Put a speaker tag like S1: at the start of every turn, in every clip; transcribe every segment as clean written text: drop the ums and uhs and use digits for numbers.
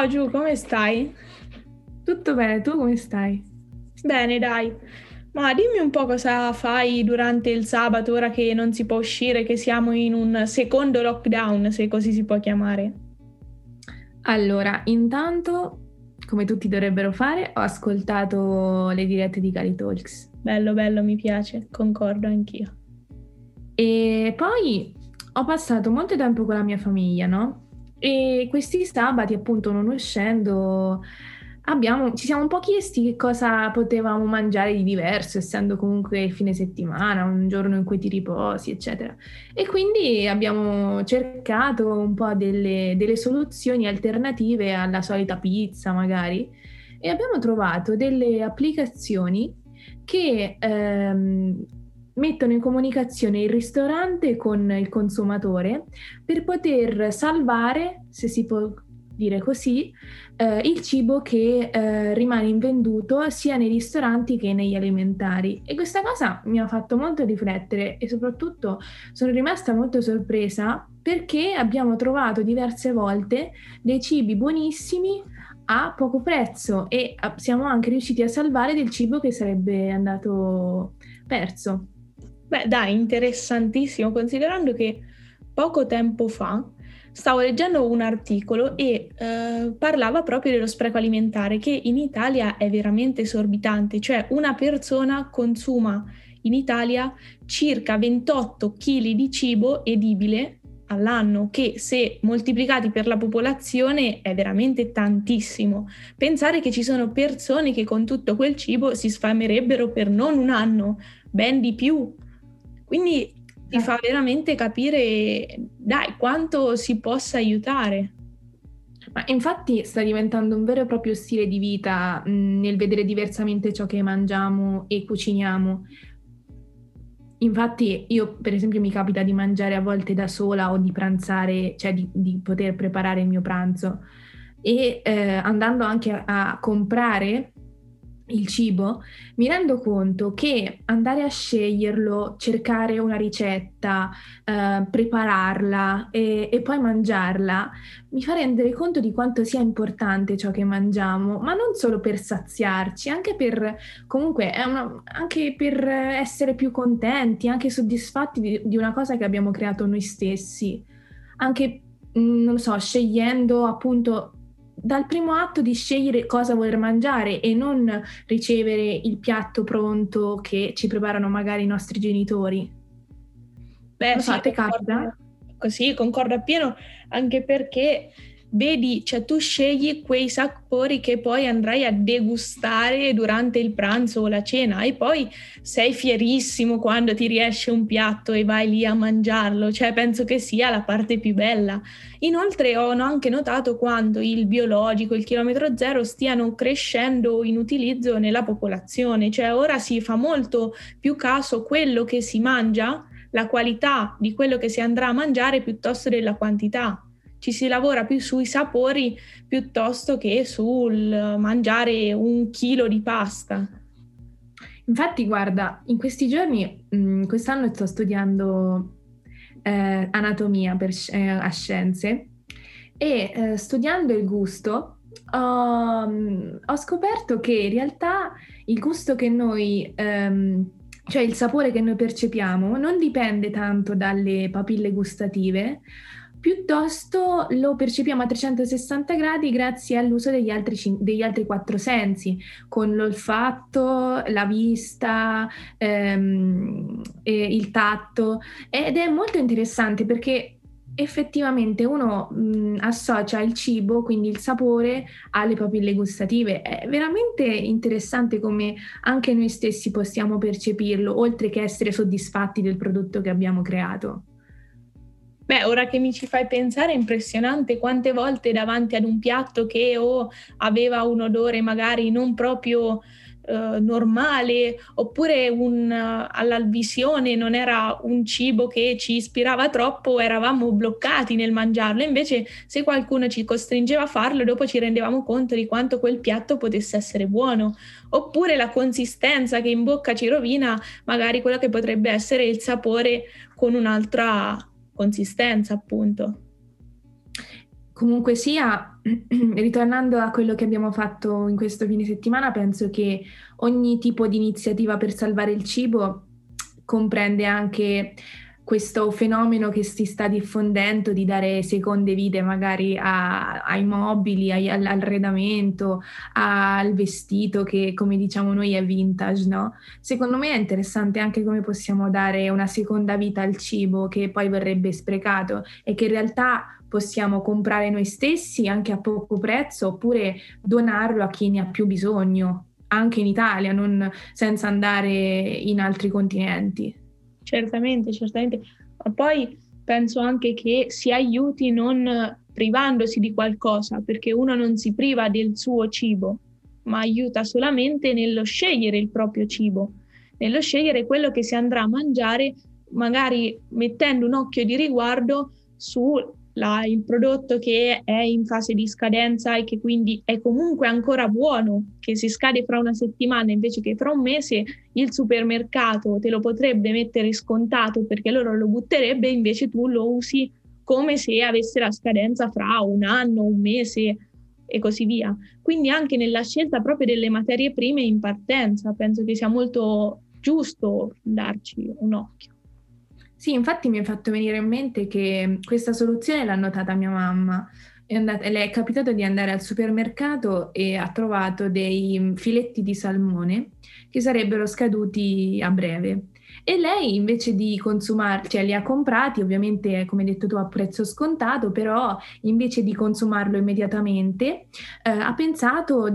S1: Giù, come stai?
S2: Tutto bene, tu come stai?
S1: Bene, dai. Ma dimmi un po' cosa fai durante il sabato, ora che non si può uscire, che siamo in un secondo lockdown, se così si può chiamare.
S2: Allora, intanto, come tutti dovrebbero fare, ho ascoltato le dirette di Cali Talks.
S1: Bello, bello, mi piace, concordo anch'io.
S2: E poi ho passato molto tempo con la mia famiglia, no? E questi sabati, appunto, non uscendo, ci siamo un po' chiesti che cosa potevamo mangiare di diverso, essendo comunque il fine settimana, un giorno in cui ti riposi, eccetera. E quindi abbiamo cercato un po' delle soluzioni alternative alla solita pizza, magari, e abbiamo trovato delle applicazioni che mettono in comunicazione il ristorante con il consumatore per poter salvare, se si può dire così, il cibo che rimane invenduto sia nei ristoranti che negli alimentari. E questa cosa mi ha fatto molto riflettere e soprattutto sono rimasta molto sorpresa perché abbiamo trovato diverse volte dei cibi buonissimi a poco prezzo e siamo anche riusciti a salvare del cibo che sarebbe andato perso.
S1: Beh, dai, interessantissimo, considerando che poco tempo fa stavo leggendo un articolo e parlava proprio dello spreco alimentare, che in Italia è veramente esorbitante, cioè una persona consuma in Italia circa 28 kg di cibo edibile all'anno, che se moltiplicati per la popolazione è veramente tantissimo. Pensare che ci sono persone che con tutto quel cibo si sfamerebbero per non un anno, ben di più. Quindi ti fa veramente capire, dai, quanto si possa aiutare.
S2: Ma infatti sta diventando un vero e proprio stile di vita, nel vedere diversamente ciò che mangiamo e cuciniamo. Infatti io per esempio mi capita di mangiare a volte da sola o di pranzare, cioè di poter preparare il mio pranzo e andando anche a comprare il cibo, mi rendo conto che andare a sceglierlo, cercare una ricetta, prepararla e poi mangiarla, mi fa rendere conto di quanto sia importante ciò che mangiamo, ma non solo per saziarci, anche per comunque anche per essere più contenti, anche soddisfatti di una cosa che abbiamo creato noi stessi. Anche, non so, scegliendo appunto dal primo atto di scegliere cosa voler mangiare e non ricevere il piatto pronto che ci preparano magari i nostri genitori.
S1: Beh,
S2: Non so,
S1: sì,
S2: a te capita?
S1: così concordo appieno, anche perché vedi, cioè tu scegli quei sapori che poi andrai a degustare durante il pranzo o la cena e poi sei fierissimo quando ti riesce un piatto e vai lì a mangiarlo, cioè penso che sia la parte più bella. Inoltre ho anche notato quando il biologico, il chilometro zero stiano crescendo in utilizzo nella popolazione, cioè ora si fa molto più caso a quello che si mangia, la qualità di quello che si andrà a mangiare piuttosto della quantità. Ci si lavora più sui sapori piuttosto che sul mangiare un chilo di pasta.
S2: Infatti, guarda, in questi giorni, quest'anno sto studiando anatomia a scienze e studiando il gusto ho scoperto che in realtà il gusto che noi, cioè il sapore che noi percepiamo, non dipende tanto dalle papille gustative, piuttosto lo percepiamo a 360 gradi grazie all'uso degli altri quattro sensi, con l'olfatto, la vista, e il tatto. Ed è molto interessante perché effettivamente uno associa il cibo, quindi il sapore, alle papille gustative. È veramente interessante come anche noi stessi possiamo percepirlo, oltre che essere soddisfatti del prodotto che abbiamo creato.
S1: Beh, ora che mi ci fai pensare è impressionante quante volte davanti ad un piatto che o aveva un odore magari non proprio normale, oppure alla visione non era un cibo che ci ispirava troppo, eravamo bloccati nel mangiarlo. Invece, se qualcuno ci costringeva a farlo, dopo ci rendevamo conto di quanto quel piatto potesse essere buono. Oppure la consistenza che in bocca ci rovina, magari quello che potrebbe essere il sapore con un'altra consistenza, appunto.
S2: Comunque sia, ritornando a quello che abbiamo fatto in questo fine settimana, penso che ogni tipo di iniziativa per salvare il cibo comprende anche questo fenomeno che si sta diffondendo di dare seconde vite magari ai mobili, all'arredamento, al vestito che, come diciamo noi, è vintage, no? Secondo me è interessante anche come possiamo dare una seconda vita al cibo che poi verrebbe sprecato e che in realtà possiamo comprare noi stessi anche a poco prezzo oppure donarlo a chi ne ha più bisogno, anche in Italia, non senza andare in altri continenti.
S1: Certamente, certamente. Ma poi penso anche che si aiuti non privandosi di qualcosa, perché uno non si priva del suo cibo, ma aiuta solamente nello scegliere il proprio cibo, nello scegliere quello che si andrà a mangiare, magari mettendo un occhio di riguardo sul prodotto che è in fase di scadenza e che quindi è comunque ancora buono, che si scade fra una settimana invece che fra un mese. Il supermercato te lo potrebbe mettere scontato perché loro lo butterebbe, invece tu lo usi come se avesse la scadenza fra un anno, un mese e così via. Quindi anche nella scelta proprio delle materie prime in partenza penso che sia molto giusto darci un occhio.
S2: Sì, infatti mi è fatto venire in mente che questa soluzione l'ha notata mia mamma. Le è capitato di andare al supermercato e ha trovato dei filetti di salmone che sarebbero scaduti a breve. E lei invece di consumarli, cioè li ha comprati, ovviamente come hai detto tu a prezzo scontato, però invece di consumarlo immediatamente, ha pensato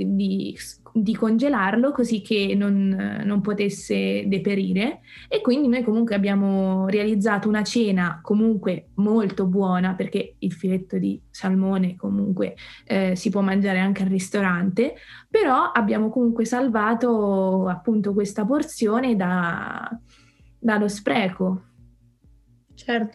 S2: di congelarlo così che non potesse deperire e quindi noi comunque abbiamo realizzato una cena comunque molto buona perché il filetto di salmone comunque si può mangiare anche al ristorante, però abbiamo comunque salvato appunto questa porzione dallo spreco.
S1: Certo.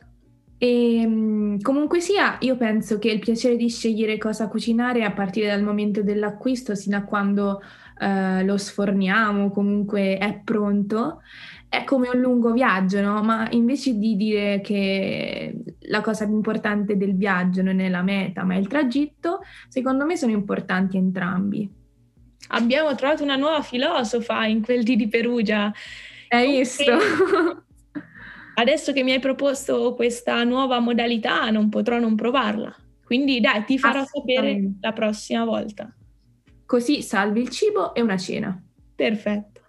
S2: E comunque sia, io penso che il piacere di scegliere cosa cucinare a partire dal momento dell'acquisto sino a quando lo sforniamo, comunque è pronto, è come un lungo viaggio, no? Ma invece di dire che la cosa più importante del viaggio non è la meta, ma è il tragitto, secondo me sono importanti entrambi.
S1: Abbiamo trovato una nuova filosofa in quel di Perugia.
S2: Hai visto?
S1: Comunque, adesso che mi hai proposto questa nuova modalità, non potrò non provarla. Quindi dai, ti farò sapere
S2: Assolutamente.
S1: la prossima volta.
S2: Così salvi il cibo e una cena.
S1: Perfetto.